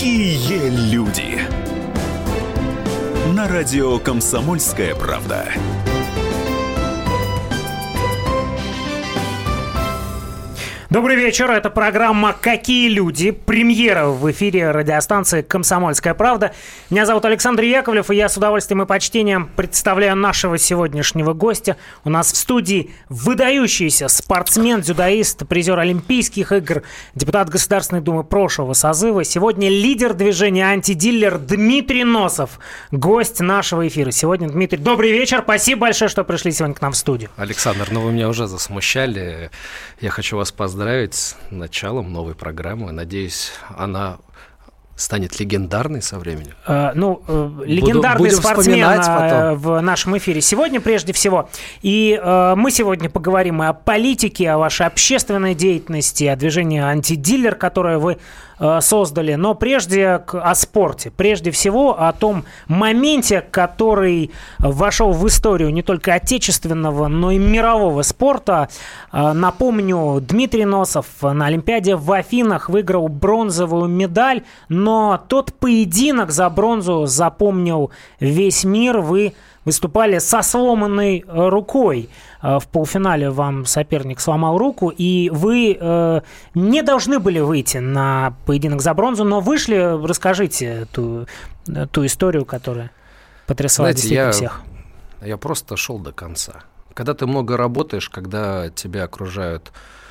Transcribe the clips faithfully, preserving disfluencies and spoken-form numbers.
Какие люди! На радио «Комсомольская правда». Добрый вечер, это программа «Какие люди?». Премьера в эфире радиостанции «Комсомольская правда». Меня зовут Александр Яковлев, и я с удовольствием и почтением представляю нашего сегодняшнего гостя. У нас в студии выдающийся спортсмен, дзюдоист, призер Олимпийских игр, депутат Государственной Думы прошлого созыва. Сегодня лидер движения «Антидилер» Дмитрий Носов, гость нашего эфира. Сегодня, Дмитрий, добрый вечер, спасибо большое, что пришли сегодня к нам в студию. Александр, ну вы меня уже засмущали. Я хочу вас поздравить с началом новой программы. Надеюсь, она станет легендарной со временем. Uh, ну, uh, легендарный Буду, спортсмен uh, в нашем эфире сегодня прежде всего. И uh, мы сегодня поговорим и о политике, о вашей общественной деятельности, о движении «Антидилер», которое вы uh, создали. Но прежде к, о спорте. Прежде всего о том моменте, который вошел в историю не только отечественного, но и мирового спорта. Uh, напомню, Дмитрий Носов на Олимпиаде в Афинах выиграл бронзовую медаль. Но тот поединок за бронзу запомнил весь мир. Вы выступали со сломанной рукой. В полуфинале вам соперник сломал руку, и вы э, не должны были выйти на поединок за бронзу, но вышли. Расскажите ту, ту историю, которая потрясла Знаете, действительно я, всех. Я просто шел до конца. Когда ты много работаешь, когда тебя окружают...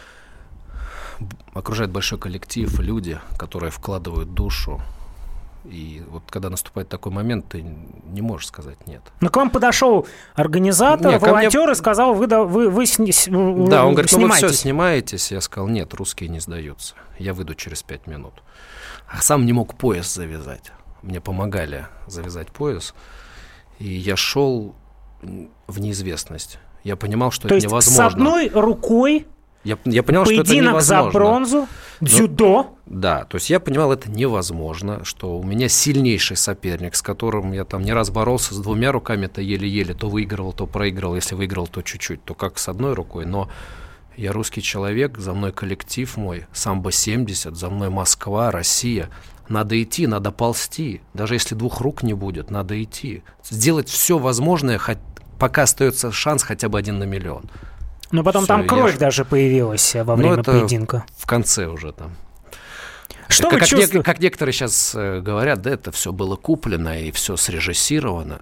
окружает большой коллектив, люди, которые вкладывают душу. И вот когда наступает такой момент, ты не можешь сказать нет. Но к вам подошел организатор, нет, волонтер, мне... и сказал, вы, вы, вы сни... Да, он говорит, ну вы все снимаетесь. Я сказал, нет, русские не сдаются. Я выйду через пять минут. А сам не мог пояс завязать. Мне помогали завязать пояс. И я шел в неизвестность. Я понимал, что То это есть невозможно. с одной рукой... Я, я понял, поединок что это невозможно. за бронзу, дзюдо. Ну, да, то есть я понимал, это невозможно, что у меня сильнейший соперник, с которым я там не раз боролся, с двумя руками это еле-еле, то выигрывал, то проигрывал, если выиграл, то чуть-чуть, то как с одной рукой, но я русский человек, за мной коллектив мой, самбо семьдесят, за мной Москва, Россия. Надо идти, надо ползти, даже если двух рук не будет, надо идти. Сделать все возможное, хоть, пока остается шанс хотя бы один на миллион. Но потом Всё, там кровь я... даже появилась во время ну, это поединка. В конце уже там. Что как, вы чувствуете? Не, как некоторые сейчас э, говорят, да, это все было куплено и все срежиссировано.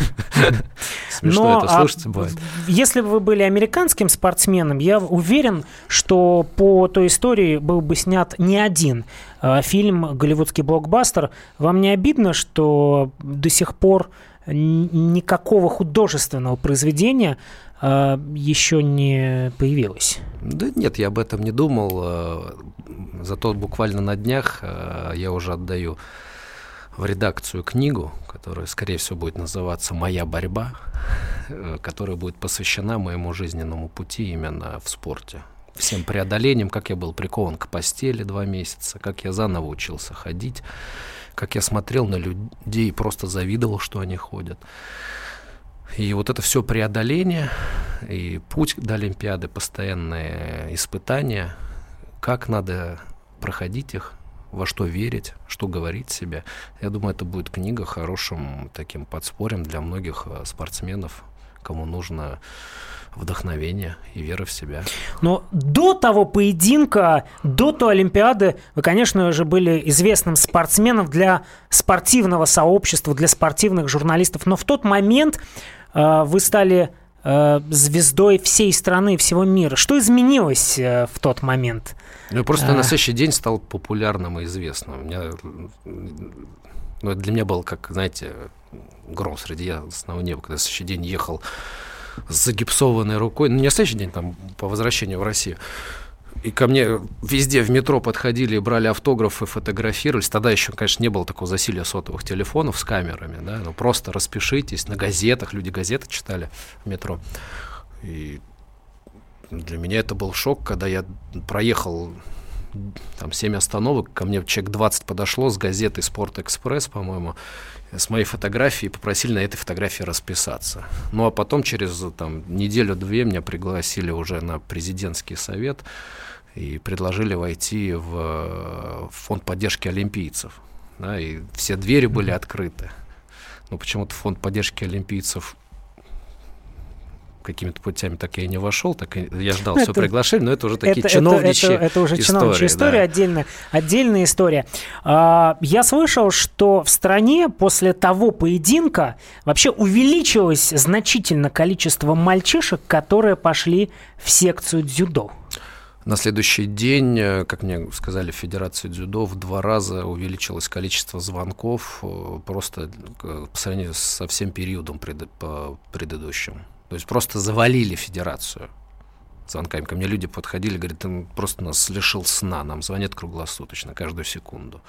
Смешно это слышать бывает. Если бы вы были американским спортсменом, я уверен, что по той истории был бы снят не один фильм, голливудский блокбастер. Вам не обидно, что до сих пор никакого художественного произведения э, еще не появилось? Да нет, я об этом не думал. Зато буквально на днях я уже отдаю в редакцию книгу, которая, скорее всего, будет называться «Моя борьба», которая будет посвящена моему жизненному пути именно в спорте. Всем преодолением, как я был прикован к постели два месяца, как я заново учился ходить, как я смотрел на людей и просто завидовал, что они ходят. И вот это все преодоление, и путь до Олимпиады, постоянные испытания, как надо проходить их, во что верить, что говорить себе. Я думаю, это будет книга хорошим таким подспорьем для многих спортсменов, кому нужно вдохновение и вера в себя. Но до того поединка, до той Олимпиады вы, конечно же, были известным спортсменом для спортивного сообщества, для спортивных журналистов. Но в тот момент э, вы стали э, звездой всей страны, всего мира. Что изменилось э, в тот момент? Ну, просто а... на следующий день стал популярным и известным. У меня, ну, для меня был, как, знаете, гром среди ясного неба, когда на следующий день ехал с загипсованной рукой, ну, не на следующий день, там, по возвращению в Россию. И ко мне везде в метро подходили, брали автографы, фотографировались. Тогда еще, конечно, не было такого засилия сотовых телефонов с камерами, да, ну, просто распишитесь на газетах, люди газеты читали в метро. И для меня это был шок, когда я проехал там семь остановок, ко мне человек двадцать подошло с газетой «Спорт-экспресс», по-моему, с моей фотографией, попросили на этой фотографии расписаться. Ну, а потом через там, неделю-две меня пригласили уже на президентский совет и предложили войти в фонд поддержки олимпийцев. Да, и все двери были открыты. Но почему-то фонд поддержки олимпийцев какими-то путями так я и не вошел, так и я ждал все приглашения, но это уже такие это, чиновничьи это, это, это уже истории, чиновничья история, да. отдельная, отдельная история. Я слышал, что в стране после того поединка вообще увеличилось значительно количество мальчишек, которые пошли в секцию дзюдо. На следующий день, как мне сказали в Федерации дзюдо, в два раза увеличилось количество звонков просто по сравнению со всем периодом пред, по предыдущим. То есть просто завалили федерацию звонками. Ко мне люди подходили, говорят, ты просто нас лишил сна, нам звонят круглосуточно, каждую секунду.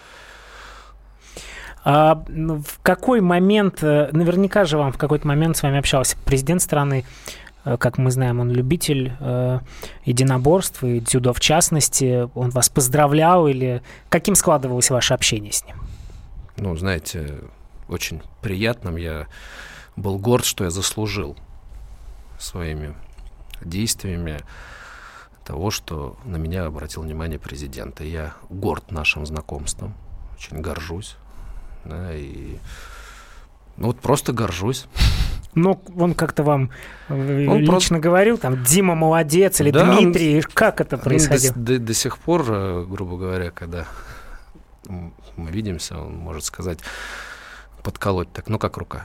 А в какой момент, наверняка же вам в какой-то момент с вами общался президент страны, как мы знаем, он любитель э, единоборств и дзюдо в частности, он вас поздравлял или каким складывалось ваше общение с ним? Ну, знаете, очень приятным. Я был горд, что я заслужил своими действиями того, что на меня обратил внимание президент. И я горд нашим знакомством, очень горжусь. Да, и ну, вот просто горжусь. Ну, он как-то вам он лично просто... говорил, там, Дима молодец, или да, Дмитрий, он... как это происходило? До, до, до сих пор, грубо говоря, когда мы видимся, он может сказать, подколоть так, ну, как рука.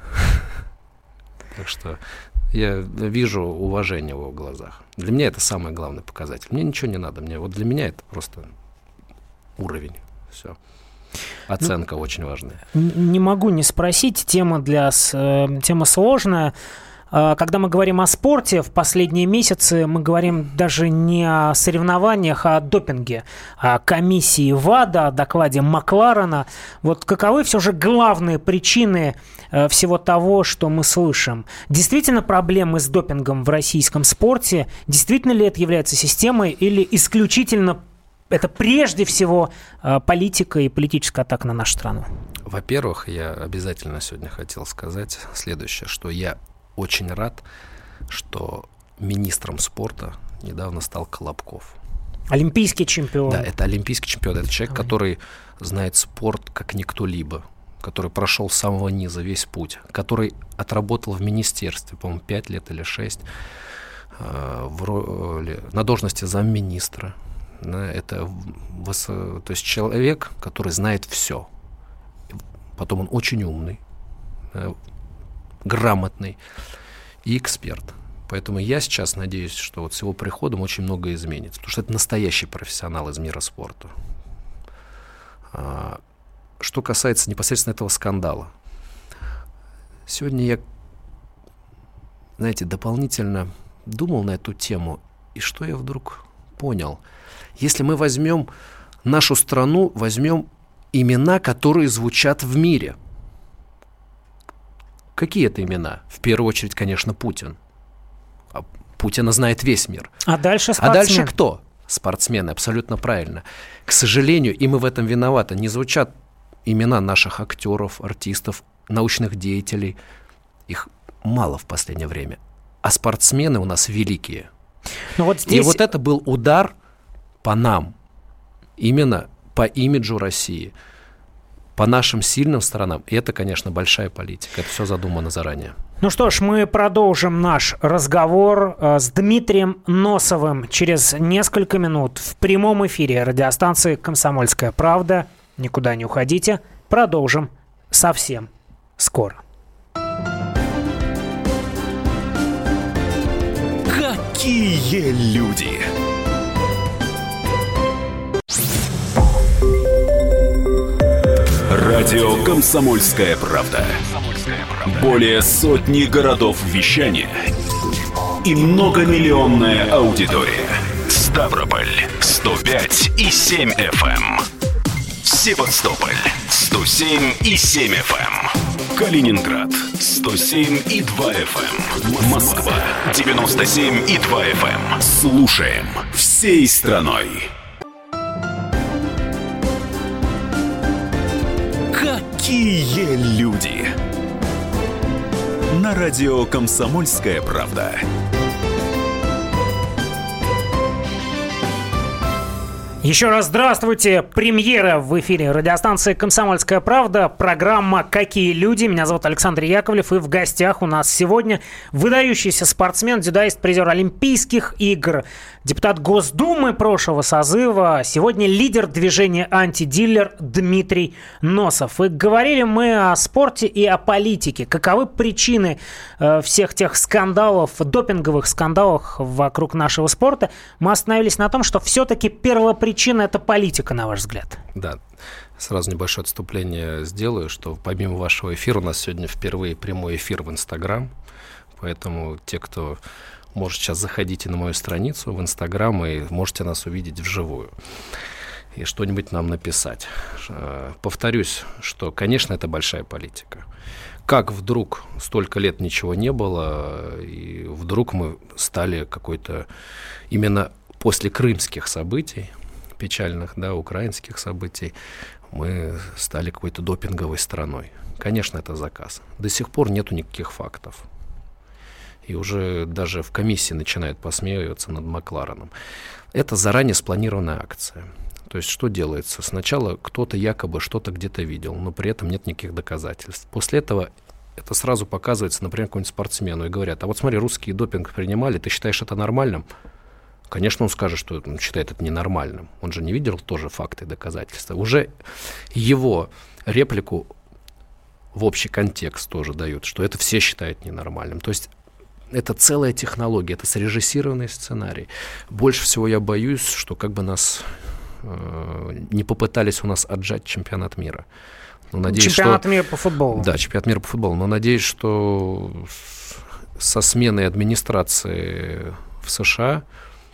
Так что я вижу уважение в его глазах. Для меня это самый главный показатель. Мне ничего не надо. Мне, вот для меня это просто уровень. Все. Оценка ну, очень важная. Не могу не спросить. Тема, для, тема сложная. Когда мы говорим о спорте, в последние месяцы мы говорим даже не о соревнованиях, а о допинге, о комиссии ВАДА, о докладе Макларена. Вот каковы все же главные причины всего того, что мы слышим? Действительно проблемы с допингом в российском спорте? Действительно ли это является системой или исключительно это прежде всего политика и политическая атака на нашу страну? Во-первых, я обязательно сегодня хотел сказать следующее, что я очень рад, что министром спорта недавно стал Колобков. Олимпийский чемпион. Да, это олимпийский чемпион. Это человек, Ой. который знает спорт как никто-либо, который прошел с самого низа весь путь, который отработал в министерстве, по-моему, пять лет или шесть, в роли, на должности замминистра. Это то есть человек, который знает все. Потом он очень умный, грамотный и эксперт. Поэтому я сейчас надеюсь, что вот с его приходом очень многое изменится. Потому что это настоящий профессионал из мира спорта. Что касается непосредственно этого скандала. Сегодня я, знаете, дополнительно думал на эту тему. И что я вдруг понял? Если мы возьмем нашу страну, возьмем имена, которые звучат в мире. Какие это имена? В первую очередь, конечно, Путин. Путина знает весь мир. А дальше спортсмен. А дальше кто? Спортсмены, абсолютно правильно. К сожалению, и мы в этом виноваты, не звучат имена наших актеров, артистов, научных деятелей. Их мало в последнее время. А спортсмены у нас великие. Но вот здесь... И вот это был удар по нам, именно по имиджу России, по нашим сильным сторонам. И это, конечно, большая политика. Это все задумано заранее. Ну что ж, мы продолжим наш разговор с Дмитрием Носовым через несколько минут в прямом эфире радиостанции «Комсомольская правда». Никуда не уходите. Продолжим совсем скоро. Какие люди! Радио «Комсомольская правда». Более сотни городов вещания и многомиллионная аудитория. Ставрополь сто пять и семь эф эм. Севастополь сто семь и семь эф эм. Калининград сто семь и два эф эм. Москва девяносто семь и два эф эм. Слушаем всей страной. Какие люди! На радио «Комсомольская правда». Еще раз здравствуйте. Премьера в эфире радиостанции «Комсомольская правда». Программа «Какие люди?». Меня зовут Александр Яковлев. И в гостях у нас сегодня выдающийся спортсмен, дзюдоист, призер Олимпийских игр, депутат Госдумы прошлого созыва. Сегодня лидер движения «Антидилер» Дмитрий Носов. И говорили мы о спорте и о политике. Каковы причины э, всех тех скандалов, допинговых скандалов вокруг нашего спорта? Мы остановились на том, что все-таки первопричина Причина – это политика, на ваш взгляд? Да. Сразу небольшое отступление сделаю, что помимо вашего эфира у нас сегодня впервые прямой эфир в Инстаграм, поэтому те, кто может сейчас, заходите на мою страницу в Инстаграм и можете нас увидеть вживую и что-нибудь нам написать. Повторюсь, что, конечно, это большая политика. Как вдруг столько лет ничего не было, и вдруг мы стали какой-то именно после крымских событий, печальных, да, украинских событий, мы стали какой-то допинговой страной. Конечно, это заказ. До сих пор нету никаких фактов. И уже даже в комиссии начинают посмеиваться над Маклареном. Это заранее спланированная акция. То есть что делается? Сначала кто-то якобы что-то где-то видел, но при этом нет никаких доказательств. После этого это сразу показывается, например, какому-нибудь спортсмену и говорят: а вот смотри, русские допинг принимали, ты считаешь это нормальным? Конечно, он скажет, что он считает это ненормальным. Он же не видел тоже факты и доказательства. Уже его реплику в общий контекст тоже дают, что это все считают ненормальным. То есть это целая технология, это срежиссированный сценарий. Больше всего я боюсь, что как бы нас э, не попытались у нас отжать чемпионат мира. Но надеюсь, чемпионат что, мира по футболу. Да, чемпионат мира по футболу. Но надеюсь, что со сменой администрации в США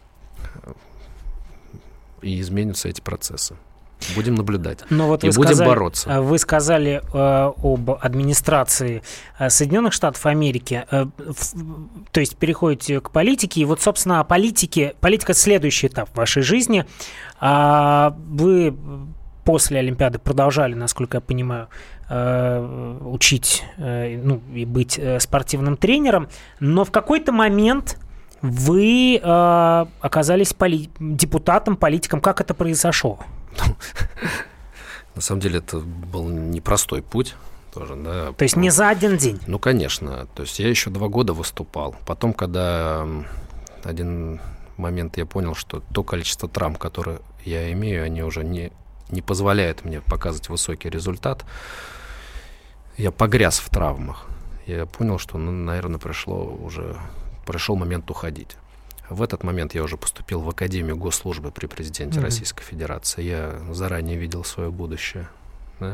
и изменятся эти процессы. Будем наблюдать. Но вот и вы будем сказали, бороться. Вы сказали э, об администрации Соединенных Штатов Америки. Э, в, то есть переходите к политике. И вот, собственно, о политике. Политика – следующий этап в вашей жизни. А вы после Олимпиады продолжали, насколько я понимаю, э, учить э, ну, и быть э, спортивным тренером. Но в какой-то момент вы э, оказались поли- депутатом, политиком. Как это произошло? На самом деле это был непростой путь тоже, да. То есть не за один день? Ну, конечно. То есть я еще два года выступал. Потом, когда один момент я понял, что то количество травм, которые я имею, они уже не, не позволяют мне показывать высокий результат. Я погряз в травмах. Я понял, что, ну, наверное, пришло уже... пришел момент уходить. В этот момент я уже поступил в Академию госслужбы при президенте mm-hmm. Российской Федерации. Я заранее видел свое будущее. Да?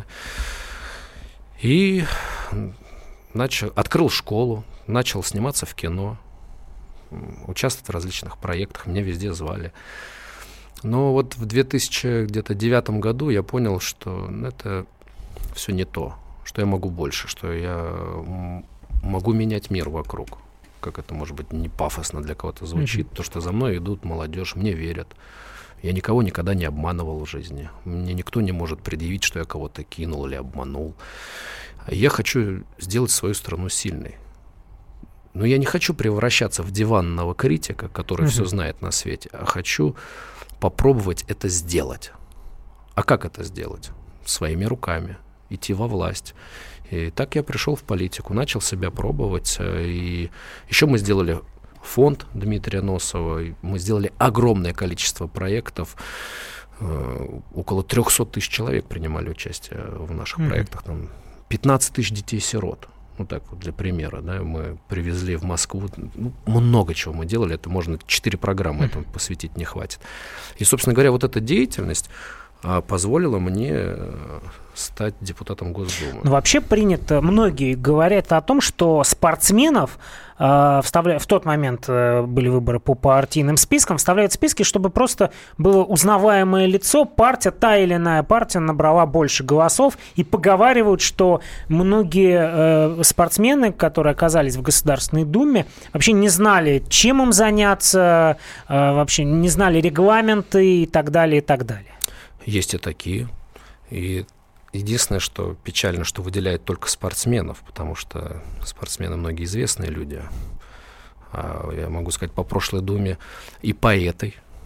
И начал, открыл школу, начал сниматься в кино, участвовать в различных проектах. Меня везде звали. Но вот в две тысячи девятом году я понял, что это все не то, что я могу больше, что я могу менять мир вокруг. Как это, может быть, не пафосно для кого-то звучит, mm-hmm. то, что за мной идут молодежь, мне верят. Я никого никогда не обманывал в жизни. Мне никто не может предъявить, что я кого-то кинул или обманул. Я хочу сделать свою страну сильной. Но я не хочу превращаться в диванного критика, который mm-hmm. все знает на свете, а хочу попробовать это сделать. А как это сделать? Своими руками. Идти во власть. И так я пришел в политику, начал себя пробовать. И еще мы сделали фонд Дмитрия Носова. Мы сделали огромное количество проектов. Около триста тысяч человек принимали участие в наших mm-hmm. проектах. Там пятнадцать тысяч детей-сирот. Ну так вот, для примера. Да, мы привезли в Москву. Ну, много чего мы делали. Это можно четыре программы mm-hmm. этому посвятить не хватит. И, собственно говоря, вот эта деятельность позволила мне стать депутатом Госдумы. Ну, вообще принято, многие говорят о том, что спортсменов э, вставля... в тот момент э, были выборы по партийным спискам, вставляют в списки, чтобы просто было узнаваемое лицо, партия, та или иная партия набрала больше голосов, и поговаривают, что многие э, спортсмены, которые оказались в Государственной Думе, вообще не знали, чем им заняться, э, вообще не знали регламенты и так далее, и так далее. Есть и такие. И единственное, что печально, что выделяют только спортсменов, потому что спортсмены многие известные люди. А я могу сказать, по прошлой Думе и поэты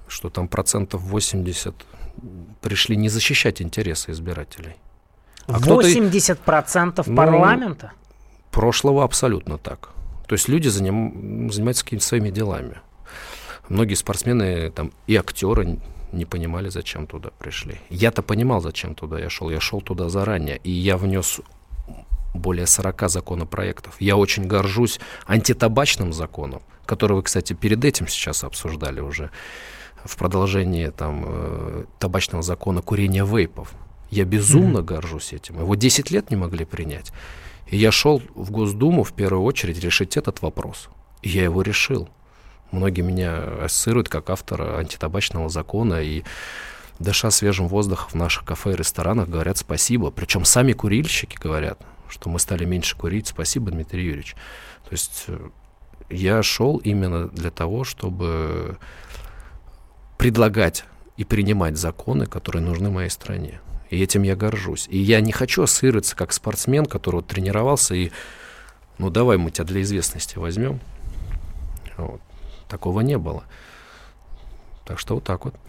что там процентов восемьдесят пришли не защищать интересы избирателей. А восемьдесят процентов ну, парламента? Прошлого абсолютно так. То есть люди заним, занимаются какими-то своими делами. Многие спортсмены там, и актеры не понимали, зачем туда пришли. Я-то понимал, зачем туда я шел. Я шел туда заранее, и я внес более сорока законопроектов. Я очень горжусь антитабачным законом, который вы, кстати, перед этим сейчас обсуждали уже, в продолжении там, э, табачного закона курения вейпов. Я безумно mm-hmm. горжусь этим. Его десять лет не могли принять. И я шел в Госдуму в первую очередь решить этот вопрос. И я его решил. Многие меня ассоциируют как автора антитабачного закона, и, дыша свежим воздухом в наших кафе и ресторанах, говорят спасибо. Причем сами курильщики говорят, что мы стали меньше курить. Спасибо, Дмитрий Юрьевич. То есть я шел именно для того, чтобы предлагать и принимать законы, которые нужны моей стране. И этим я горжусь. И я не хочу ассоциироваться как спортсмен, который вот тренировался и, ну давай мы тебя для известности возьмем. Вот. Такого не было. Так что вот так вот.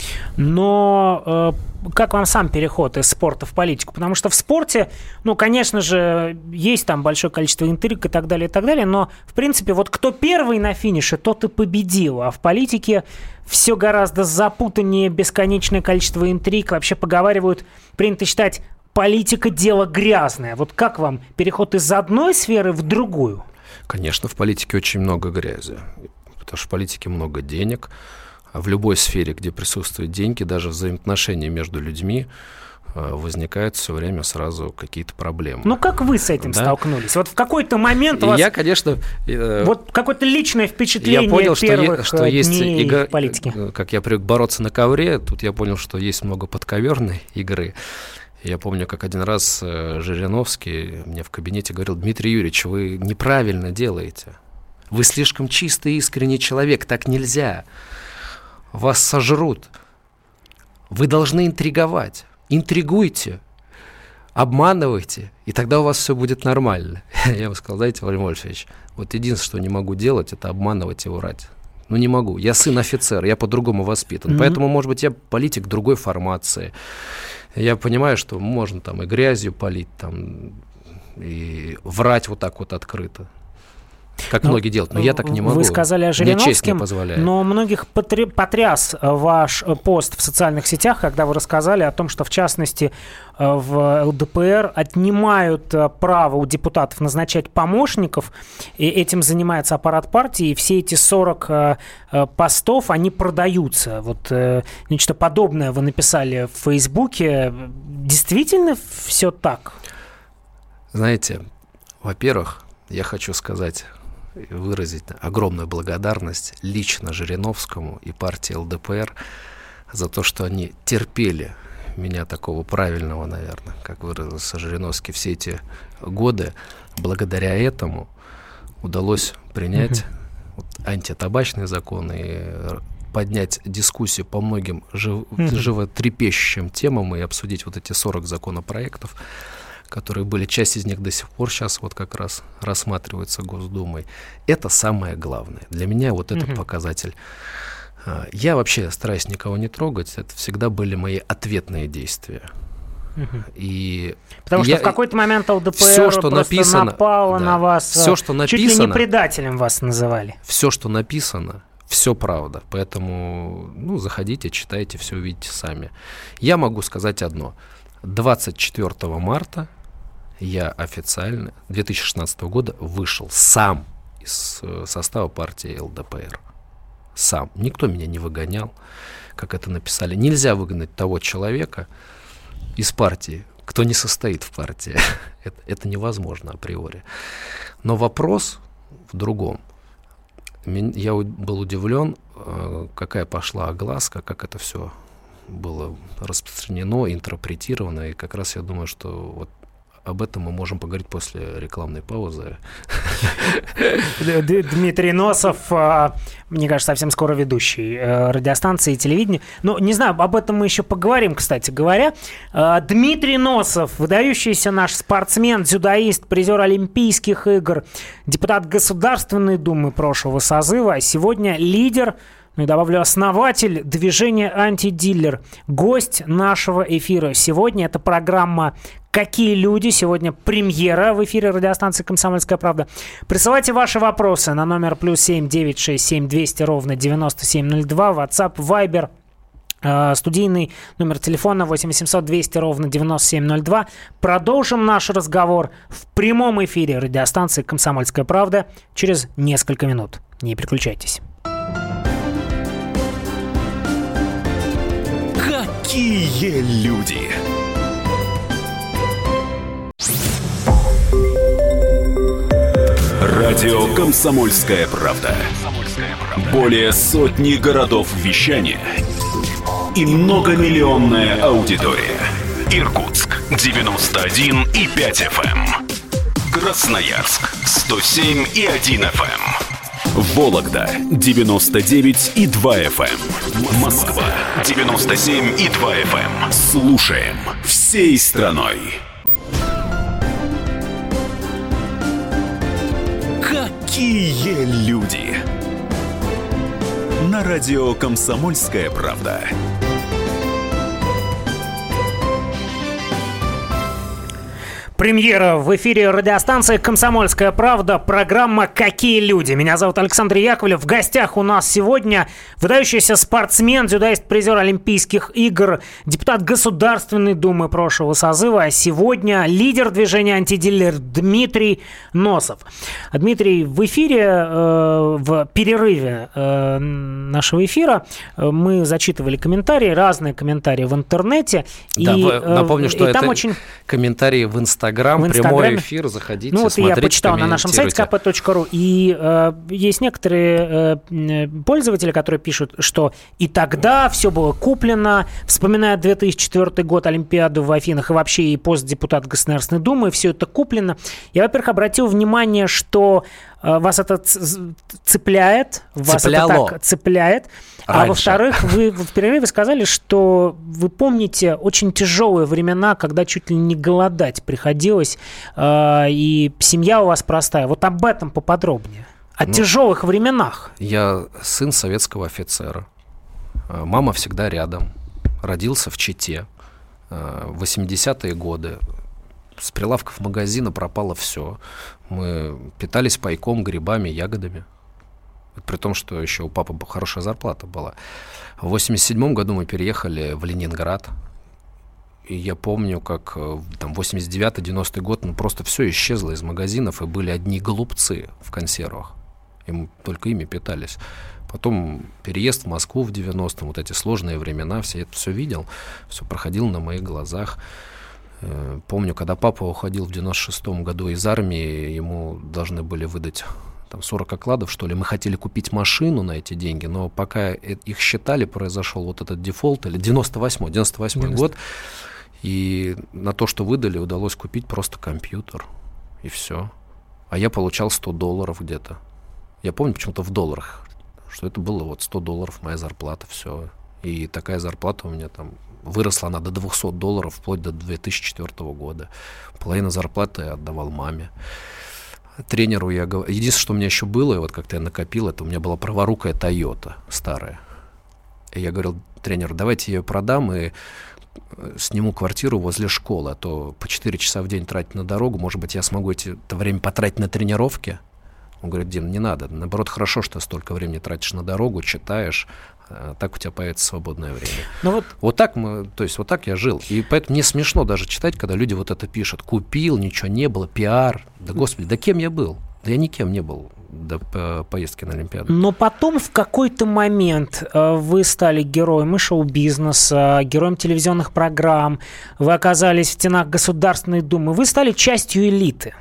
Но э, как вам сам переход из спорта в политику? Потому что в спорте, ну, конечно же, есть там большое количество интриг и так далее, и так далее, но, в принципе, вот кто первый на финише, тот и победил. А в политике все гораздо запутаннее, бесконечное количество интриг. Вообще поговаривают, принято считать, политика – дело грязное. Вот как вам переход из одной сферы в другую? Конечно, в политике очень много грязи. Потому что в политике много денег. В любой сфере, где присутствуют деньги, даже взаимоотношения между людьми, возникают все время сразу какие-то проблемы. Ну, как вы с этим да? столкнулись? Вот в какой-то момент у вас... Я, конечно... Вот какое-то личное впечатление я понял, первых что, что есть дней игра, политики. Как я привык бороться на ковре, тут я понял, что есть много подковерной игры. Я помню, как один раз Жириновский мне в кабинете говорил: Дмитрий Юрьевич, вы неправильно делаете. Вы слишком чистый, искренний человек, так нельзя. Вас сожрут. Вы должны интриговать. Интригуйте, обманывайте, и тогда у вас все будет нормально. Я ему сказал: знаете, Владимир Вольфович, вот единственное, что не могу делать, это обманывать и врать. Ну, не могу. Я сын офицера, я по-другому воспитан. Mm-hmm. Поэтому, может быть, я политик другой формации. Я понимаю, что можно там и грязью полить, там, и врать вот так вот открыто. Как но, многие делают, но я так не могу. Вы сказали о Жириновском, но многих потряс ваш пост в социальных сетях, когда вы рассказали о том, что, в частности, в эл дэ пэ эр отнимают право у депутатов назначать помощников, и этим занимается аппарат партии, и все эти сорок постов, они продаются. Вот нечто подобное вы написали в Фейсбуке. Действительно все так? Знаете, во-первых, я хочу сказать... выразить огромную благодарность лично Жириновскому и партии эл дэ пэ эр за то, что они терпели меня, такого правильного, наверное, как выразился Жириновский, все эти годы. Благодаря этому удалось принять uh-huh. вот, антитабачный закон и поднять дискуссию по многим жив- uh-huh. животрепещущим темам и обсудить вот эти сорок законопроектов, которые были, часть из них до сих пор сейчас вот как раз рассматриваются Госдумой. Это самое главное. Для меня вот этот uh-huh. показатель. Я вообще стараюсь никого не трогать. Это всегда были мои ответные действия. Uh-huh. И Потому что я, в какой-то момент эл дэ пэ эр все, что просто написано, напало да, на вас. Все, что написано, чуть ли не предателем вас называли. Все, что написано, все правда. Поэтому ну, заходите, читайте, все увидите сами. Я могу сказать одно. двадцать четвёртого марта я официально две тысячи шестнадцатого года вышел сам из состава партии эл дэ пэ эр. Сам. Никто меня не выгонял, как это написали. Нельзя выгнать того человека из партии, кто не состоит в партии. это, это невозможно априори. Но вопрос в другом. Я был удивлен, какая пошла огласка, как это все было распространено, интерпретировано, и как раз я думаю, что вот об этом мы можем поговорить после рекламной паузы. Дмитрий Носов, мне кажется, совсем скоро ведущий радиостанции и телевидения. Ну, не знаю, об этом мы еще поговорим, кстати говоря. Дмитрий Носов, выдающийся наш спортсмен, дзюдоист, призер Олимпийских игр, депутат Государственной Думы прошлого созыва, а сегодня лидер ну и добавлю, основатель движения «Антидилер», гость нашего эфира сегодня. Это программа «Какие люди?». Сегодня премьера в эфире радиостанции «Комсомольская правда». Присылайте ваши вопросы на номер плюс семь девять шесть семь двести ровно девяносто семь ноль два, WhatsApp, Viber, э, студийный номер телефона восемь восемьсот двести ровно девяносто семь ноль два. Продолжим наш разговор в прямом эфире радиостанции «Комсомольская правда» через несколько минут. Не переключайтесь. Какие люди? Радио «Комсомольская правда». Более сотни городов вещания и многомиллионная аудитория. Иркутск девяносто один и пять эф эм, Красноярск сто семь и один эф эм, Вологда девяносто девять и два эф эм, Москва девяносто семь и два эф эм. Слушаем всей страной. Какие люди? На радио «Комсомольская правда». Премьера в эфире радиостанции «Комсомольская правда». Программа «Какие люди?». Меня зовут Александр Яковлев. В гостях у нас сегодня выдающийся спортсмен, дзюдоист, призер Олимпийских игр, депутат Государственной Думы прошлого созыва, а сегодня лидер движения «Антидилер» Дмитрий Носов. Дмитрий, в эфире, э, в перерыве э, нашего эфира э, мы зачитывали комментарии, разные комментарии в интернете. Да, и, э, напомню, что это очень... комментарии в Инстаграме. Инстаграм, прямой эфир, заходите, ну, вот смотрите, я почитал на нашем сайте ка пэ точка ру, и э, есть некоторые э, пользователи, которые пишут, что и тогда все было куплено, вспоминая две тысячи четвёртый год, Олимпиаду в Афинах и вообще и пост депутата Государственной Думы, все это куплено. Я, во-первых, обратил внимание, что э, вас это цепляет, вас Цепляло. это так цепляет. Раньше. А во-вторых, вы в перерыве сказали, что вы помните очень тяжелые времена, когда чуть ли не голодать приходилось, э, и семья у вас простая. Вот об этом поподробнее. О ну, тяжелых временах. Я сын советского офицера. Мама всегда рядом. Родился в Чите. восьмидесятые годы. С прилавков магазина пропало все. Мы питались пайком, грибами, ягодами. При том, что еще у папы хорошая зарплата была. В восемьдесят седьмом году мы переехали в Ленинград. И я помню, как там восемьдесят девятый девяностый год, ну просто все исчезло из магазинов, и были одни голубцы в консервах. И мы только ими питались. Потом переезд в Москву в девяностом, вот эти сложные времена, все это все видел, все проходило на моих глазах. Помню, когда папа уходил в девяносто шестом году из армии, ему должны были выдать там сорок окладов, что ли. Мы хотели купить машину на эти деньги, но пока их считали, произошел вот этот дефолт, или девяносто восьмой год, и на то, что выдали, удалось купить просто компьютер, и все. А я получал сто долларов где-то. Я помню почему-то в долларах, что это было вот сто долларов моя зарплата, все. И такая зарплата у меня там выросла она до двухсот долларов вплоть до две тысячи четвёртого года. Половину зарплаты я отдавал маме. Тренеру я говорил... Единственное, что у меня еще было, и вот как-то я накопил, это у меня была праворукая Toyota старая. И я говорил тренеру, давайте я ее продам и сниму квартиру возле школы, а то по четыре часа в день тратить на дорогу, может быть, я смогу это время потратить на тренировки. Он говорит, Дим, не надо. Наоборот, хорошо, что столько времени тратишь на дорогу, читаешь, так у тебя появится свободное время. Ну вот... Вот так мы, то есть вот так я жил. И поэтому мне смешно даже читать, когда люди вот это пишут. Купил, ничего не было, пиар. Да господи, да кем я был? Да я никем не был до поездки на Олимпиаду. Но потом в какой-то момент вы стали героем и шоу-бизнеса, героем телевизионных программ, вы оказались в стенах Государственной Думы, вы стали частью элиты.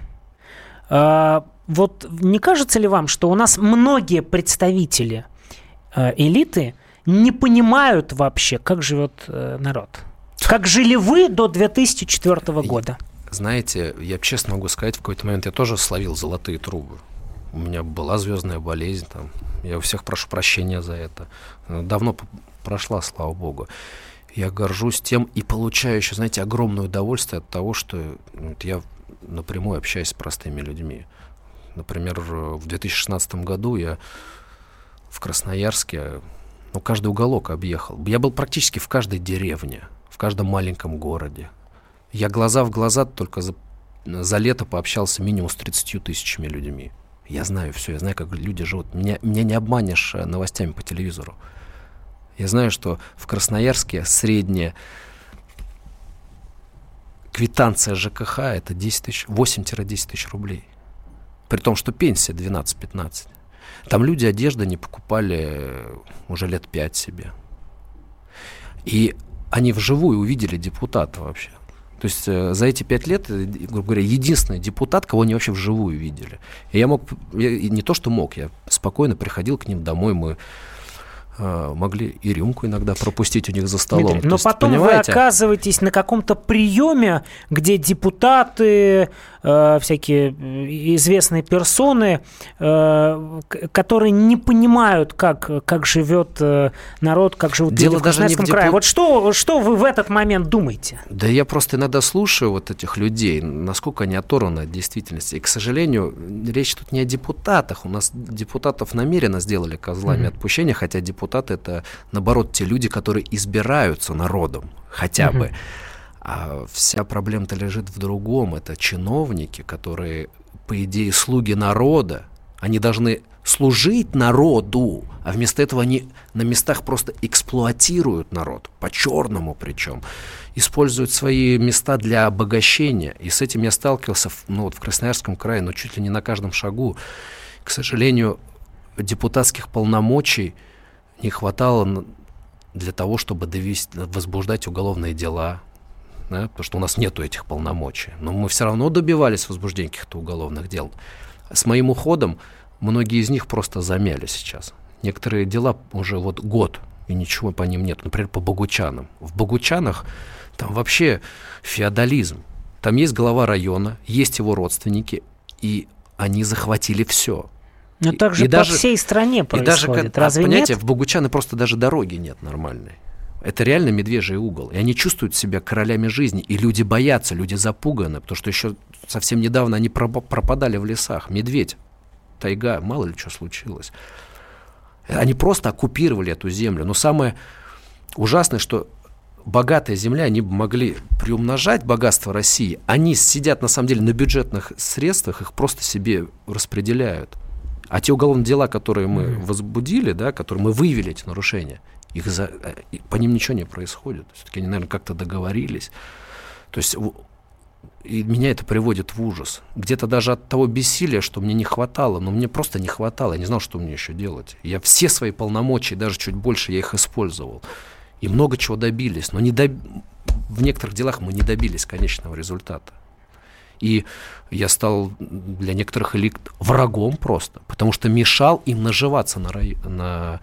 Вот не кажется ли вам, что у нас многие представители элиты не понимают вообще, как живет народ? Как жили вы до две тысячи четвёртого года? Знаете, я честно могу сказать, в какой-то момент я тоже словил золотые трубы. У меня была звездная болезнь, там. Я у всех прошу прощения за это. Давно прошла, слава богу. Я горжусь тем и получаю еще, знаете, огромное удовольствие от того, что вот, я напрямую общаюсь с простыми людьми. Например, в две тысячи шестнадцатом году я в Красноярске Ну, каждый уголок объехал. Я был практически в каждой деревне, в каждом маленьком городе. Я глаза в глаза только за, за лето пообщался минимум с тридцатью тысячами людьми. Я знаю все, я знаю, как люди живут. Меня, меня не обманешь новостями по телевизору. Я знаю, что в Красноярске средняя квитанция ЖКХ это десять тысяч, восемь-десять тысяч рублей. При том, что пенсия двенадцать-пятнадцать. Там люди одежды не покупали уже лет пять себе. И они вживую увидели депутата вообще. То есть э, за эти пять лет, грубо говоря, единственный депутат, кого они вообще вживую видели. И я мог, я, не то что мог, я спокойно приходил к ним домой, мы э, могли и рюмку иногда пропустить у них за столом. Дмитрий, но есть, потом понимаете? Вы оказываетесь на каком-то приеме, где депутаты, э, всякие известные персоны, э, которые не понимают, как, как живет э, народ, как живут Дело люди в Красноярском крае. Депу... Вот что, что вы в этот момент думаете? Да я просто иногда слушаю вот этих людей, насколько они оторваны от действительности. И, к сожалению, речь тут не о депутатах. У нас депутатов намеренно сделали козлами mm-hmm. отпущения, хотя депутаты — это, наоборот, те люди, которые избираются народом хотя mm-hmm. бы. А вся проблема-то лежит в другом. Это чиновники, которые, по идее, слуги народа. Они должны служить народу, а вместо этого они на местах просто эксплуатируют народ, по-черному причем, используют свои места для обогащения. И с этим я сталкивался ну, вот в Красноярском крае, но чуть ли не на каждом шагу. К сожалению, депутатских полномочий не хватало для того, чтобы довести, возбуждать уголовные дела, да, потому что у нас нету этих полномочий. Но мы все равно добивались возбуждения каких-то уголовных дел. С моим уходом многие из них просто замяли сейчас. Некоторые дела уже вот год, и ничего по ним нет. Например, по Богучанам. В Богучанах там вообще феодализм. Там есть глава района, есть его родственники, и они захватили все. Но так же и по даже, всей стране происходит. И даже, разве понимаете, нет? В Богучаны просто даже дороги нет нормальной. Это реально медвежий угол. И они чувствуют себя королями жизни. И люди боятся, люди запуганы. Потому что еще совсем недавно они пропадали в лесах. Медведь, тайга, мало ли что случилось. Они просто оккупировали эту землю. Но самое ужасное, что богатая земля, они могли приумножать богатство России. Они сидят, на самом деле, на бюджетных средствах, их просто себе распределяют. А те уголовные дела, которые мы mm-hmm. возбудили, да, которые мы выявили, эти нарушения, их за, по ним ничего не происходит. Все-таки они, наверное, как-то договорились. То есть и меня это приводит в ужас. Где-то даже от того бессилия, что мне не хватало, но мне просто не хватало. Я не знал, что мне еще делать. Я все свои полномочия, даже чуть больше, я их использовал. И много чего добились. Но не доб... в некоторых делах мы не добились конечного результата. И я стал для некоторых элит врагом просто, потому что мешал им наживаться на, рай... на...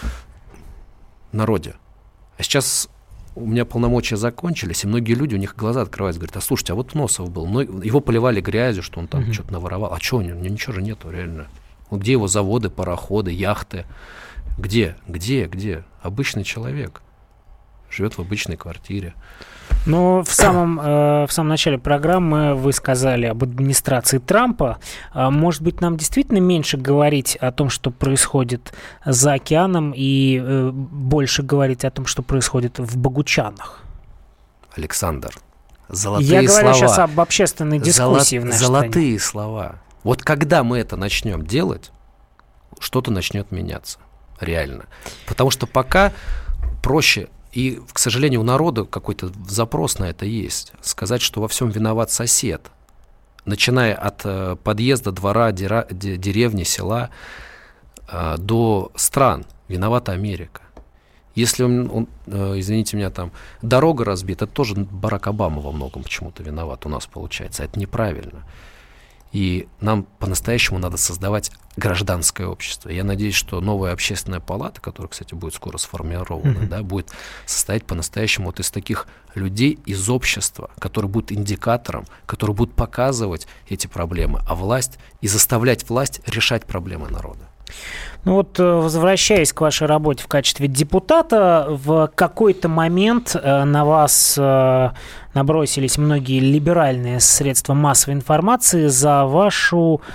народе. А сейчас у меня полномочия закончились, и многие люди, у них глаза открываются, говорят: а слушайте, а вот Носов был, его поливали грязью, что он там mm-hmm. что-то наворовал. А что у него? Ничего же нету реально. Где его заводы, пароходы, яхты? Где? Где? Где? Обычный человек живет в обычной квартире. Ну, в самом, э, в самом начале программы вы сказали об администрации Трампа. А может быть, нам действительно меньше говорить о том, что происходит за океаном, и э, больше говорить о том, что происходит в Богучанах? Александр, золотые слова. Я говорю слова. Сейчас об общественной дискуссии Золот, в нашей Золотые стране. слова. Вот когда мы это начнем делать, что-то начнет меняться. Реально. Потому что пока проще... И, к сожалению, у народа какой-то запрос на это есть. Сказать, что во всем виноват сосед. Начиная от э, подъезда, двора, дера, де, деревни, села э, до стран. Виновата Америка. Если, он, он, э, извините меня, там дорога разбита, это тоже Барак Обама во многом почему-то виноват у нас получается. Это неправильно. И нам по-настоящему надо создавать гражданское общество. Я надеюсь, что новая общественная палата, которая, кстати, будет скоро сформирована, mm-hmm. да, будет состоять по-настоящему вот из таких людей из общества, которые будут индикатором, которые будут показывать эти проблемы, а власть и заставлять власть решать проблемы народа. Ну вот, возвращаясь к вашей работе в качестве депутата, в какой-то момент на вас набросились многие либеральные средства массовой информации за вашу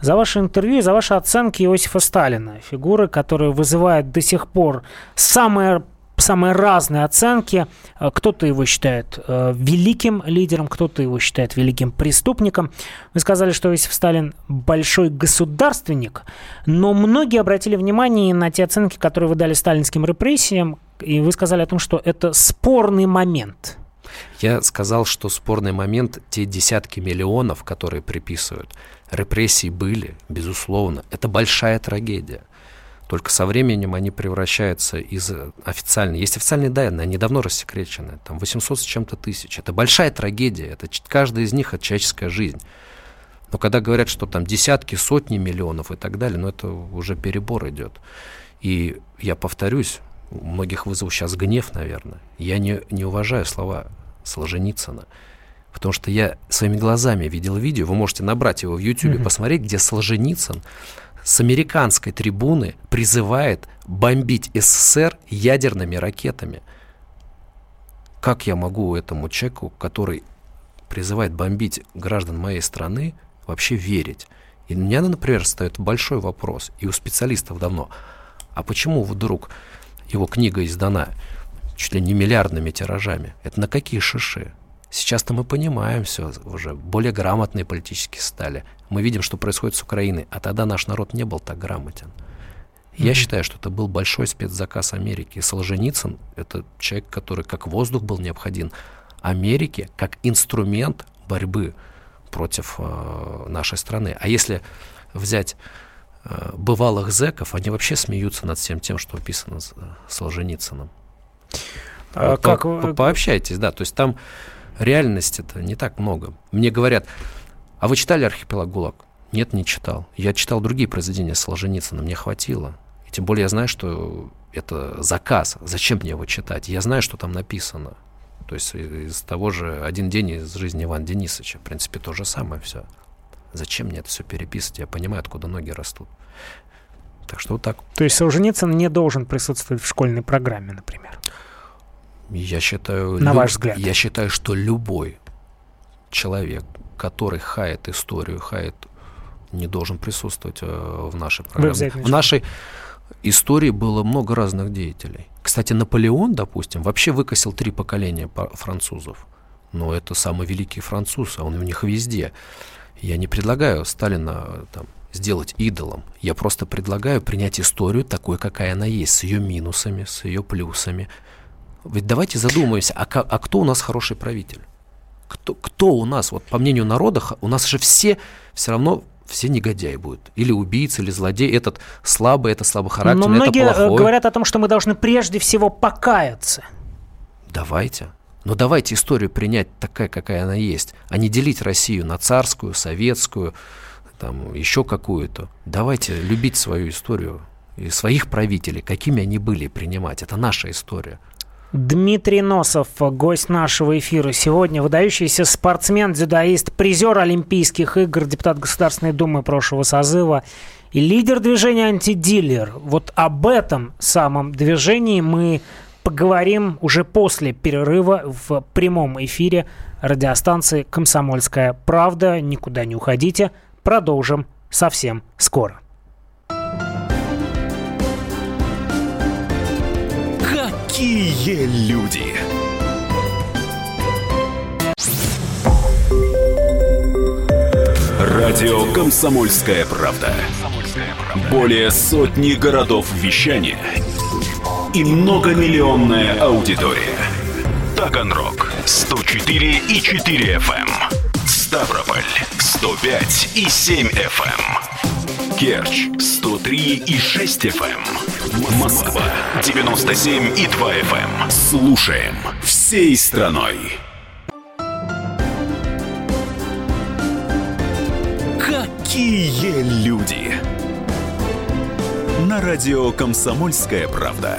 за ваше интервью и за ваши оценки Иосифа Сталина. Фигуры, которые вызывают до сих пор самые, самые разные оценки. Кто-то его считает э, великим лидером, кто-то его считает великим преступником. Вы сказали, что Иосиф Сталин большой государственник, но многие обратили внимание на те оценки, которые вы дали сталинским репрессиям, и вы сказали о том, что это спорный момент. Я сказал, что спорный момент, те десятки миллионов, которые приписывают, репрессии были, безусловно. Это большая трагедия. Только со временем они превращаются из официальной... Есть официальные данные, они давно рассекречены. Там восемьсот с чем-то тысяч. Это большая трагедия. Это каждая из них — это человеческая жизнь. Но когда говорят, что там десятки, сотни миллионов и так далее, ну это уже перебор идет. И я повторюсь, у многих вызову сейчас гнев, наверное. Я не, не уважаю слова Солженицына, потому что я своими глазами видел видео, вы можете набрать его в Ютьюбе, mm-hmm. посмотреть, где Солженицын с американской трибуны призывает бомбить СССР ядерными ракетами. Как я могу этому человеку, который призывает бомбить граждан моей страны, вообще верить? И у меня, например, стоит большой вопрос, и у специалистов давно, а почему вдруг его книга издана чуть ли не миллиардными тиражами? Это на какие шиши? Сейчас-то мы понимаем все уже, более грамотные политически стали. Мы видим, что происходит с Украиной, а тогда наш народ не был так грамотен. Mm-hmm. Я считаю, что это был большой спецзаказ Америки. И Солженицын — это человек, который как воздух был необходим Америке, как инструмент борьбы против э, нашей страны. А если взять э, бывалых зэков, они вообще смеются над всем тем, что описано с Солженицыным. А вот как... по- пообщайтесь, да, то есть там реальности-то не так много. Мне говорят, а вы читали «Архипелаг ГУЛАГ»? Нет, не читал. Я читал другие произведения Солженицына, мне хватило. И тем более я знаю, что это заказ. Зачем мне его читать? Я знаю, что там написано. То есть из того же «Один день из жизни Ивана Денисовича». В принципе, то же самое все. Зачем мне это все переписывать? Я понимаю, откуда ноги растут. Так что вот так. То есть Солженицын не должен присутствовать в школьной программе, например? Я считаю, на люб... ваш взгляд. Я считаю, что любой человек, который хает историю, хает, не должен присутствовать э, в нашей программе. В нашей истории было много разных деятелей. Кстати, Наполеон, допустим, вообще выкосил три поколения французов. Но это самый великий француз, а он у них везде. Я не предлагаю Сталина там сделать идолом. Я просто предлагаю принять историю такой, какая она есть, с ее минусами, с ее плюсами. Ведь давайте задумаемся, а, а кто у нас хороший правитель? Кто, кто у нас, вот по мнению народа, у нас же все, все равно все негодяи будут. Или убийцы, или злодей. Этот слабый, это слабохарактерный, но это плохой. Многие говорят о том, что мы должны прежде всего покаяться. Давайте. Но давайте историю принять такая, какая она есть, а не делить Россию на царскую, советскую, там, еще какую-то. Давайте любить свою историю и своих правителей, какими они были, принимать. Это наша история. Дмитрий Носов, гость нашего эфира сегодня, выдающийся спортсмен, дзюдоист, призер Олимпийских игр, депутат Государственной Думы прошлого созыва и лидер движения «Антидилер». Вот об этом самом движении мы поговорим уже после перерыва в прямом эфире радиостанции «Комсомольская правда». Никуда не уходите, продолжим совсем скоро. Какие люди! Радио «Комсомольская правда». Более сотни городов вещания и многомиллионная аудитория. Таганрог сто четыре и четыре эф эм, Ставрополь сто пять и семь эф эм, Керчь сто три и шесть эф эм, Москва девяносто семь и два эф эм. Слушаем всей страной. Какие люди! На радио «Комсомольская правда».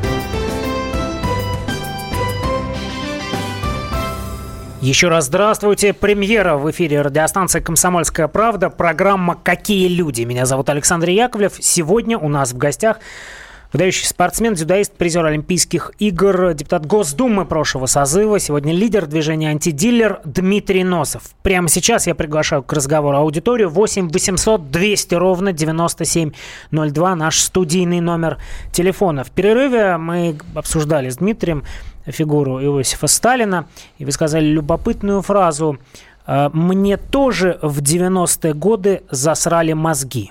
Еще раз здравствуйте. Премьера в эфире радиостанции «Комсомольская правда». Программа «Какие люди?». Меня зовут Александр Яковлев. Сегодня у нас в гостях Выдающийся спортсмен, дзюдоист, призер Олимпийских игр, депутат Госдумы прошлого созыва. Сегодня лидер движения «Антидилер» Дмитрий Носов. Прямо сейчас я приглашаю к разговору аудиторию. восемь восемьсот двести ровно девяносто семь ноль два. Наш студийный номер телефона. В перерыве мы обсуждали с Дмитрием фигуру Иосифа Сталина. И вы сказали любопытную фразу: «Мне тоже в девяностые годы засрали мозги».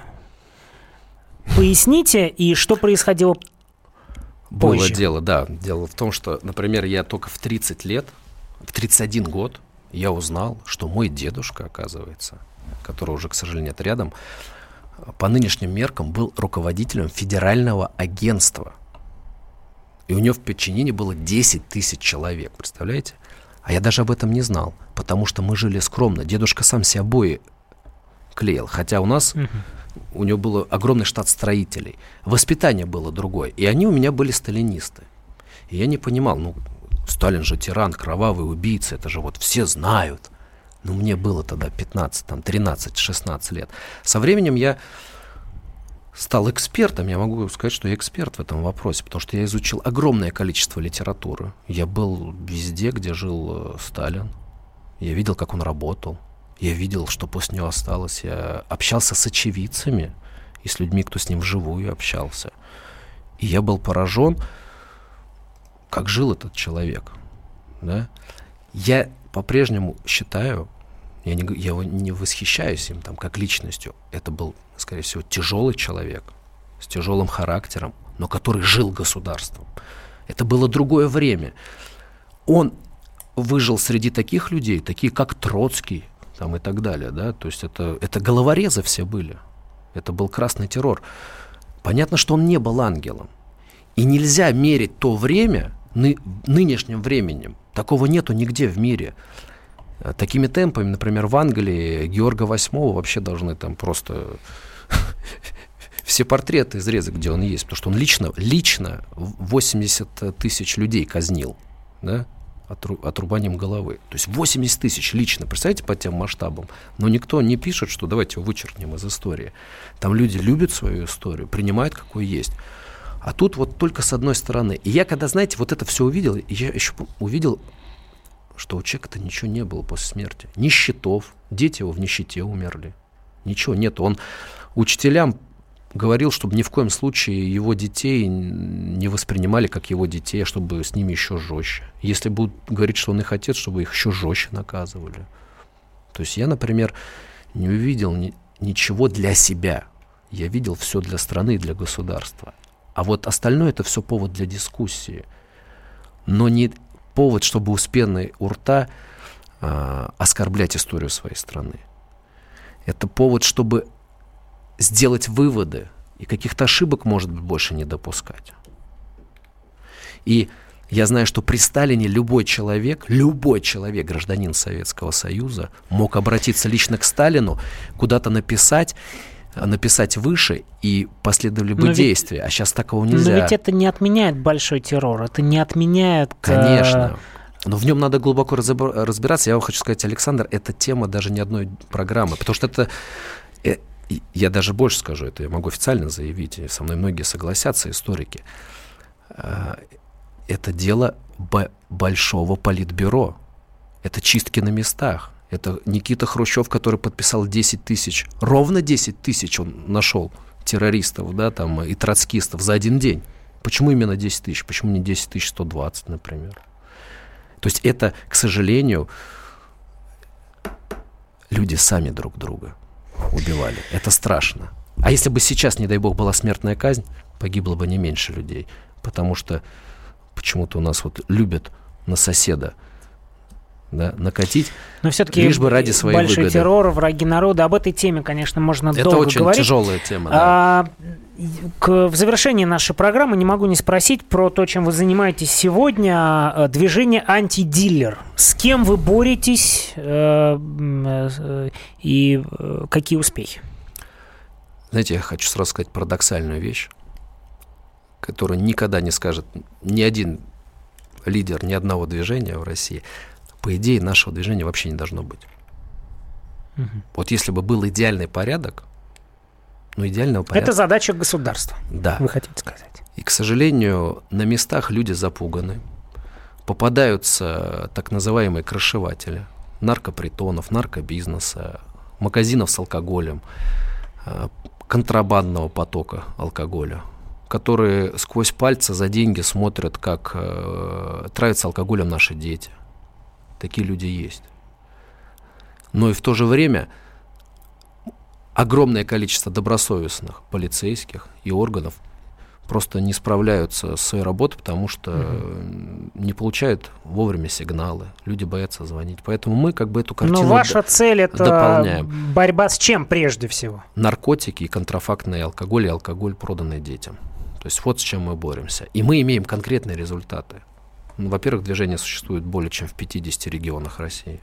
Поясните, и что происходило позже? Было дело, да. Дело в том, что, например, я только в тридцать лет, в тридцать один год я узнал, что мой дедушка, оказывается, который уже, к сожалению, нет рядом, по нынешним меркам был руководителем федерального агентства. И у него в подчинении было десять тысяч человек, представляете? А я даже об этом не знал, потому что мы жили скромно. Дедушка сам себе обои клеил, хотя у нас... Uh-huh. У него был огромный штат строителей. Воспитание было другое. И они у меня были сталинисты. И я не понимал, ну, Сталин же тиран, кровавый убийца, это же вот все знают. Но мне было тогда пятнадцать, там, тринадцать, шестнадцать лет. Со временем я стал экспертом. Я могу сказать, что я эксперт в этом вопросе, потому что я изучил огромное количество литературы. Я был везде, где жил Сталин. Я видел, как он работал. Я видел, что после него осталось. Я общался с очевидцами и с людьми, кто с ним вживую общался. И я был поражен, как жил этот человек. Да? Я по-прежнему считаю, я не, я не восхищаюсь им там, как личностью. Это был, скорее всего, тяжелый человек с тяжелым характером, но который жил государством. Это было другое время. Он выжил среди таких людей, такие как Троцкий, там и так далее, да, то есть это, это головорезы все были, это был красный террор. Понятно, что он не был ангелом, и нельзя мерить то время ны, нынешним временем, такого нету нигде в мире. Такими темпами, например, в Англии Георга восьмого вообще должны там просто все портреты изрезать, где он есть, потому что он лично, лично восемьдесят тысяч людей казнил, да, отрубанием головы. То есть восемьдесят тысяч лично, представляете, по тем масштабам. Но никто не пишет, что давайте его вычеркнем из истории. Там люди любят свою историю, принимают, какой есть. А тут вот только с одной стороны. И я когда, знаете, вот это все увидел, я еще увидел, что у человека-то ничего не было после смерти. Ни счетов, дети его в нищете умерли. Ничего нет. Он учителям говорил, чтобы ни в коем случае его детей не воспринимали как его детей, а чтобы с ними еще жестче. Если будут говорить, что он их отец, чтобы их еще жестче наказывали. То есть я, например, не увидел ни, ничего для себя. Я видел все для страны и для государства. А вот остальное — это все повод для дискуссии. Но не повод, чтобы у пеной у рта а, оскорблять историю своей страны. Это повод, чтобы сделать выводы и каких-то ошибок, может быть, больше не допускать. И я знаю, что при Сталине любой человек, любой человек, гражданин Советского Союза, мог обратиться лично к Сталину, куда-то написать, написать выше, и последовали бы но действия. Ведь, а сейчас такого нельзя. Но ведь это не отменяет большой террор, это не отменяет... Конечно. Но в нем надо глубоко разбираться. Я вам хочу сказать, Александр, это тема даже не одной программы, потому что это... Я даже больше скажу, это я могу официально заявить, и со мной многие согласятся, историки. Это дело большого политбюро. Это чистки на местах. Это Никита Хрущев, который подписал десять тысяч, ровно десять тысяч он нашел террористов, да, там, и троцкистов за один день. Почему именно десять тысяч? Почему не десять тысяч сто двадцать, например? То есть это, к сожалению, люди сами друг друга убивали. Это страшно. А если бы сейчас, не дай бог, была смертная казнь, погибло бы не меньше людей. Потому что почему-то у нас вот любят на соседа, да, накатить, но все-таки лишь бы ради своей большой выгоды. Террор, враги народа. Об этой теме, конечно, можно это долго очень говорить. тяжелая тема. Да. А, к, в завершении нашей программы не могу не спросить про то, чем вы занимаетесь сегодня. Движение «Антидилер». С кем вы боретесь э, э, и э, какие успехи? Знаете, я хочу сразу сказать парадоксальную вещь, которую никогда не скажет ни один лидер ни одного движения в России. По идее, нашего движения вообще не должно быть. Угу. Вот если бы был идеальный порядок, Но идеального порядка... Это задача государства, да. Вы хотите сказать. И, к сожалению, на местах люди запуганы. Попадаются так называемые крышеватели наркопритонов, наркобизнеса, магазинов с алкоголем, контрабандного потока алкоголя, которые сквозь пальцы за деньги смотрят, как э, травятся алкоголем наши дети. Такие люди есть. Но и в то же время огромное количество добросовестных полицейских и органов просто не справляются с своей работой, потому что угу. не получают вовремя сигналы, люди боятся звонить. Поэтому мы как бы эту картину Но ваша цель — это дополняем. Борьба с чем прежде всего? Наркотики и контрафактный алкоголь, и алкоголь, проданный детям. То есть вот с чем мы боремся. И мы имеем конкретные результаты. Ну, во-первых, движение существует более чем в пятидесяти регионах России.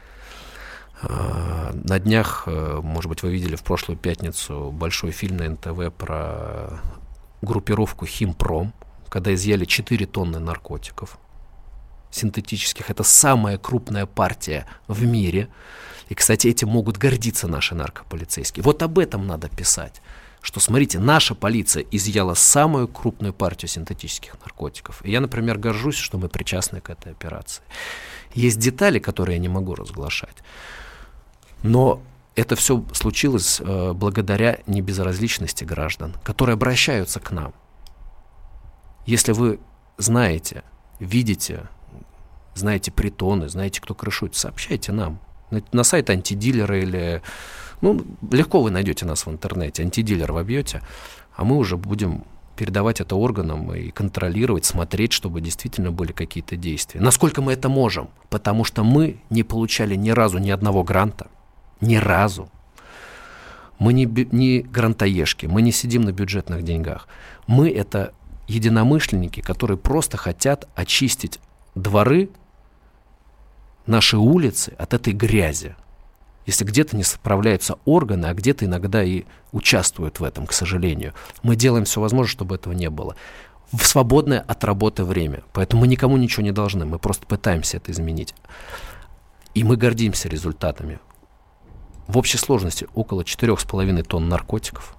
На днях, может быть, вы видели в прошлую пятницу большой фильм на эн тэ вэ про группировку «Химпром», когда изъяли четыре тонны наркотиков синтетических. Это самая крупная партия в мире. И, кстати, этим могут гордиться наши наркополицейские. Вот об этом надо писать. Что, смотрите, наша полиция изъяла самую крупную партию синтетических наркотиков. И я, например, горжусь, что мы причастны к этой операции. Есть детали, которые я не могу разглашать. Но это все случилось э, благодаря небезразличности граждан, которые обращаются к нам. Если вы знаете, видите, знаете притоны, знаете, кто крышует, сообщайте нам. На, на сайт антидилера или... Ну, легко вы найдете нас в интернете, антидилер вобьете, а мы уже будем передавать это органам и контролировать, смотреть, чтобы действительно были какие-то действия. Насколько мы это можем? Потому что мы не получали ни разу ни одного гранта. Ни разу. Мы не, не грантоежки, мы не сидим на бюджетных деньгах. Мы — это единомышленники, которые просто хотят очистить дворы, наши улицы от этой грязи. Если где-то не справляются органы, а где-то иногда и участвуют в этом, к сожалению. Мы делаем все возможное, чтобы этого не было. В свободное от работы время. Поэтому мы никому ничего не должны, мы просто пытаемся это изменить. И мы гордимся результатами. В общей сложности около четырех с половиной тонн наркотиков,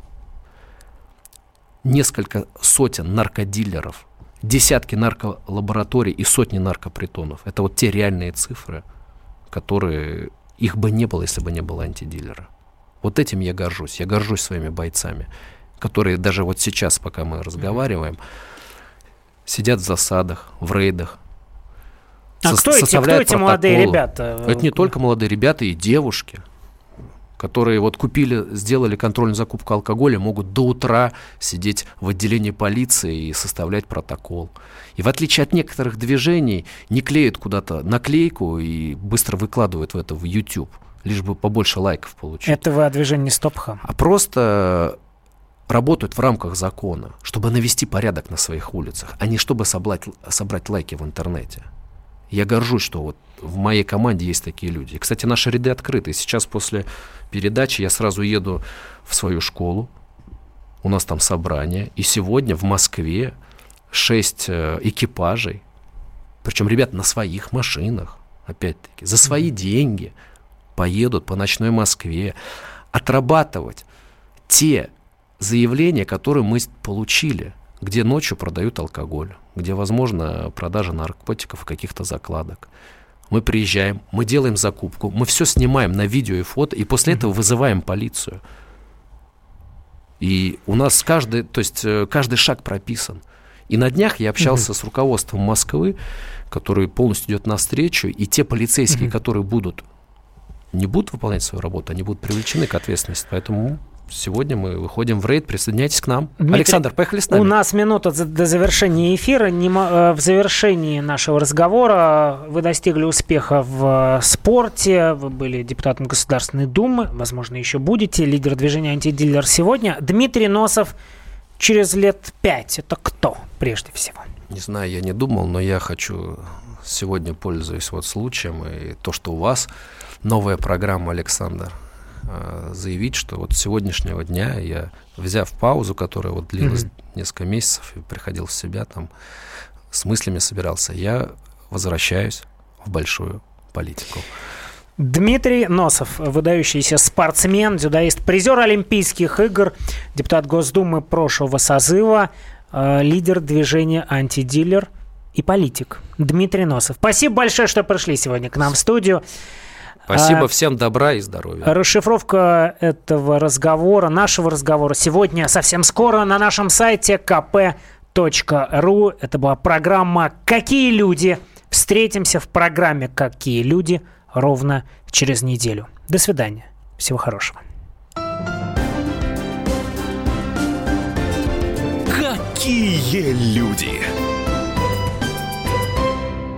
несколько сотен наркодилеров, десятки нарколабораторий и сотни наркопритонов. Это вот те реальные цифры, которые... Их бы не было, если бы не было антидилера. Вот этим я горжусь. Я горжусь своими бойцами, которые даже вот сейчас, пока мы разговариваем, сидят в засадах, в рейдах. А со- кто, эти, кто эти молодые ребята? Это не только молодые ребята, и девушки, которые вот купили, сделали контрольную закупку алкоголя, могут до утра сидеть в отделении полиции и составлять протокол. И в отличие от некоторых движений, не клеят куда-то наклейку и быстро выкладывают в это в YouTube, лишь бы побольше лайков получить. Это вы о движении «Стоп-хам». А просто работают в рамках закона, чтобы навести порядок на своих улицах, а не чтобы собрать, собрать лайки в интернете. Я горжусь, что вот в моей команде есть такие люди. И, кстати, наши ряды открыты. Сейчас после передачи я сразу еду в свою школу. У нас там собрание. И сегодня в Москве шесть э, экипажей. Причем ребята на своих машинах, опять-таки, за свои деньги поедут по ночной Москве отрабатывать те заявления, которые мы получили, где ночью продают алкоголь, где возможна продажа наркотиков и каких-то закладок. Мы приезжаем, мы делаем закупку, мы все снимаем на видео и фото, и после mm-hmm. этого вызываем полицию. И у нас каждый, то есть каждый шаг прописан. И на днях я общался mm-hmm. с руководством Москвы, который полностью идет навстречу, и те полицейские, mm-hmm. которые будут, не будут выполнять свою работу, они будут привлечены к ответственности. Поэтому сегодня мы выходим в рейд, присоединяйтесь к нам. Дмитрий, Александр, поехали с нами. У нас минута до завершения эфира. В завершении нашего разговора вы достигли успеха в спорте, вы были депутатом Государственной Думы, возможно, еще будете, лидер движения «Антидилер» сегодня. Дмитрий Носов через лет пять — это кто прежде всего? Не знаю, я не думал, но я хочу сегодня, пользуясь вот случаем, и то, что у вас новая программа, Александр, заявить, что вот с сегодняшнего дня я, взяв паузу, которая вот длилась mm-hmm. несколько месяцев, и приходил в себя, там с мыслями собирался, я возвращаюсь в большую политику. Дмитрий Носов, выдающийся спортсмен, дзюдоист, призер Олимпийских игр, депутат Госдумы прошлого созыва, э, лидер движения «Антидилер» и политик Дмитрий Носов. Спасибо большое, что пришли сегодня к нам в студию. Спасибо, а, всем добра и здоровья. Расшифровка этого разговора, нашего разговора сегодня совсем скоро на нашем сайте ка пэ точка ру. Это была программа «Какие люди?». Встретимся в программе «Какие люди?» ровно через неделю. До свидания. Всего хорошего. Какие люди?